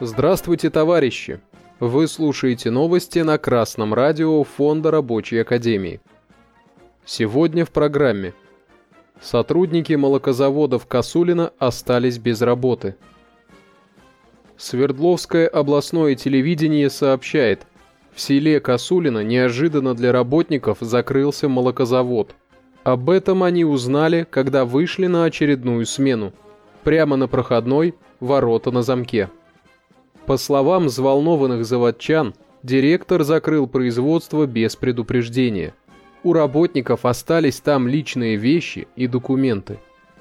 Здравствуйте, товарищи! Вы слушаете новости на Красном радио Фонда Рабочей Академии. Сегодня в программе. Сотрудники молокозаводов Косулина остались без работы. Свердловское областное телевидение сообщает, в селе Косулино неожиданно для работников закрылся молокозавод. Об этом они узнали, когда вышли на очередную смену. Прямо на проходной, ворота на замке. По словам взволнованных заводчан, директор закрыл производство без предупреждения. У работников остались там личные вещи и документы.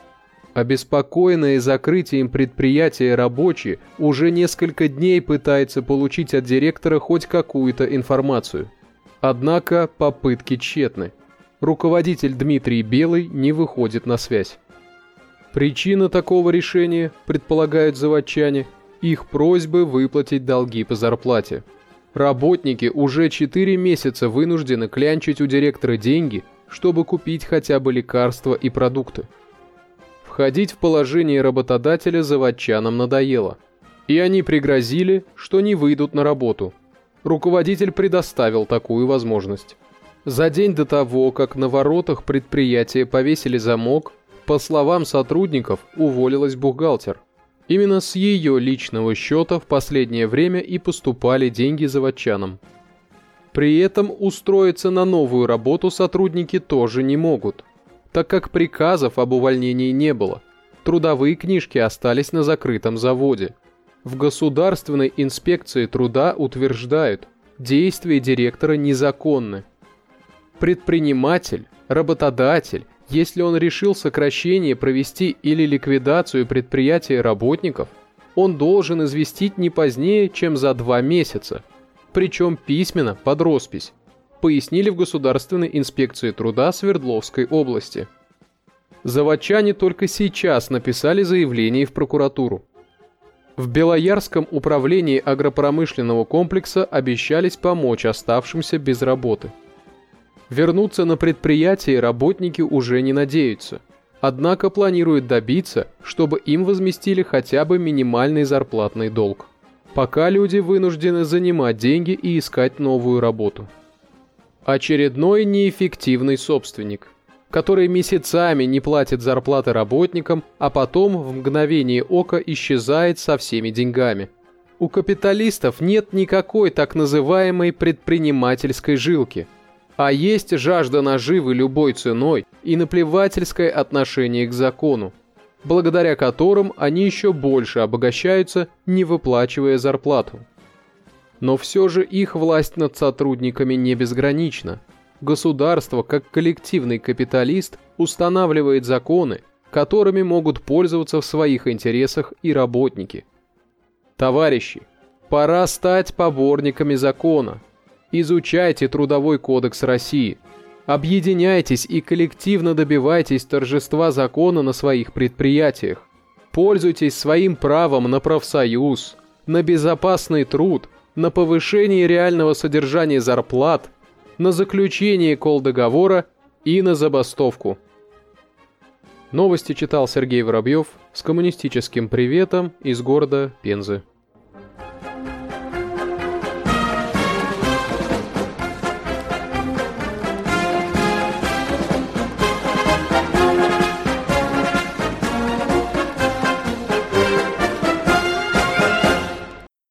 Обеспокоенные закрытием предприятия рабочие уже несколько дней пытаются получить от директора хоть какую-то информацию. Однако попытки тщетны. Руководитель Дмитрий Белый не выходит на связь. Причина такого решения, предполагают заводчане, их просьбы выплатить долги по зарплате. Работники уже 4 месяца вынуждены клянчить у директора деньги, чтобы купить хотя бы лекарства и продукты. Входить в положение работодателя заводчанам надоело, и они пригрозили, что не выйдут на работу. Руководитель предоставил такую возможность. За день до того, как на воротах предприятия повесили замок, по словам сотрудников, уволилась бухгалтер. Именно с ее личного счета в последнее время и поступали деньги заводчанам. При этом устроиться на новую работу сотрудники тоже не могут, так как приказов об увольнении не было. Трудовые книжки остались на закрытом заводе. В Государственной инспекции труда утверждают, действия директора незаконны. Предприниматель, работодатель, если он решил сокращение провести или ликвидацию предприятия работников, он должен известить не позднее, чем за 2 месяца, причем письменно под роспись, пояснили в Государственной инспекции труда Свердловской области. Заводчане только сейчас написали заявление в прокуратуру. В Белоярском управлении агропромышленного комплекса обещались помочь оставшимся без работы. Вернуться на предприятие работники уже не надеются, однако планируют добиться, чтобы им возместили хотя бы минимальный зарплатный долг. Пока люди вынуждены занимать деньги и искать новую работу. Очередной неэффективный собственник, который месяцами не платит зарплаты работникам, а потом в мгновение ока исчезает со всеми деньгами. У капиталистов нет никакой так называемой предпринимательской жилки, а есть жажда наживы любой ценой и наплевательское отношение к закону, благодаря которым они еще больше обогащаются, не выплачивая зарплату. Но все же их власть над сотрудниками не безгранична. Государство, как коллективный капиталист, устанавливает законы, которыми могут пользоваться в своих интересах и работники. Товарищи, пора стать поборниками закона. Изучайте Трудовой кодекс России. Объединяйтесь и коллективно добивайтесь торжества закона на своих предприятиях. Пользуйтесь своим правом на профсоюз, на безопасный труд, на повышение реального содержания зарплат, на заключение колдоговора и на забастовку. Новости читал Сергей Воробьев с коммунистическим приветом из города Пензы.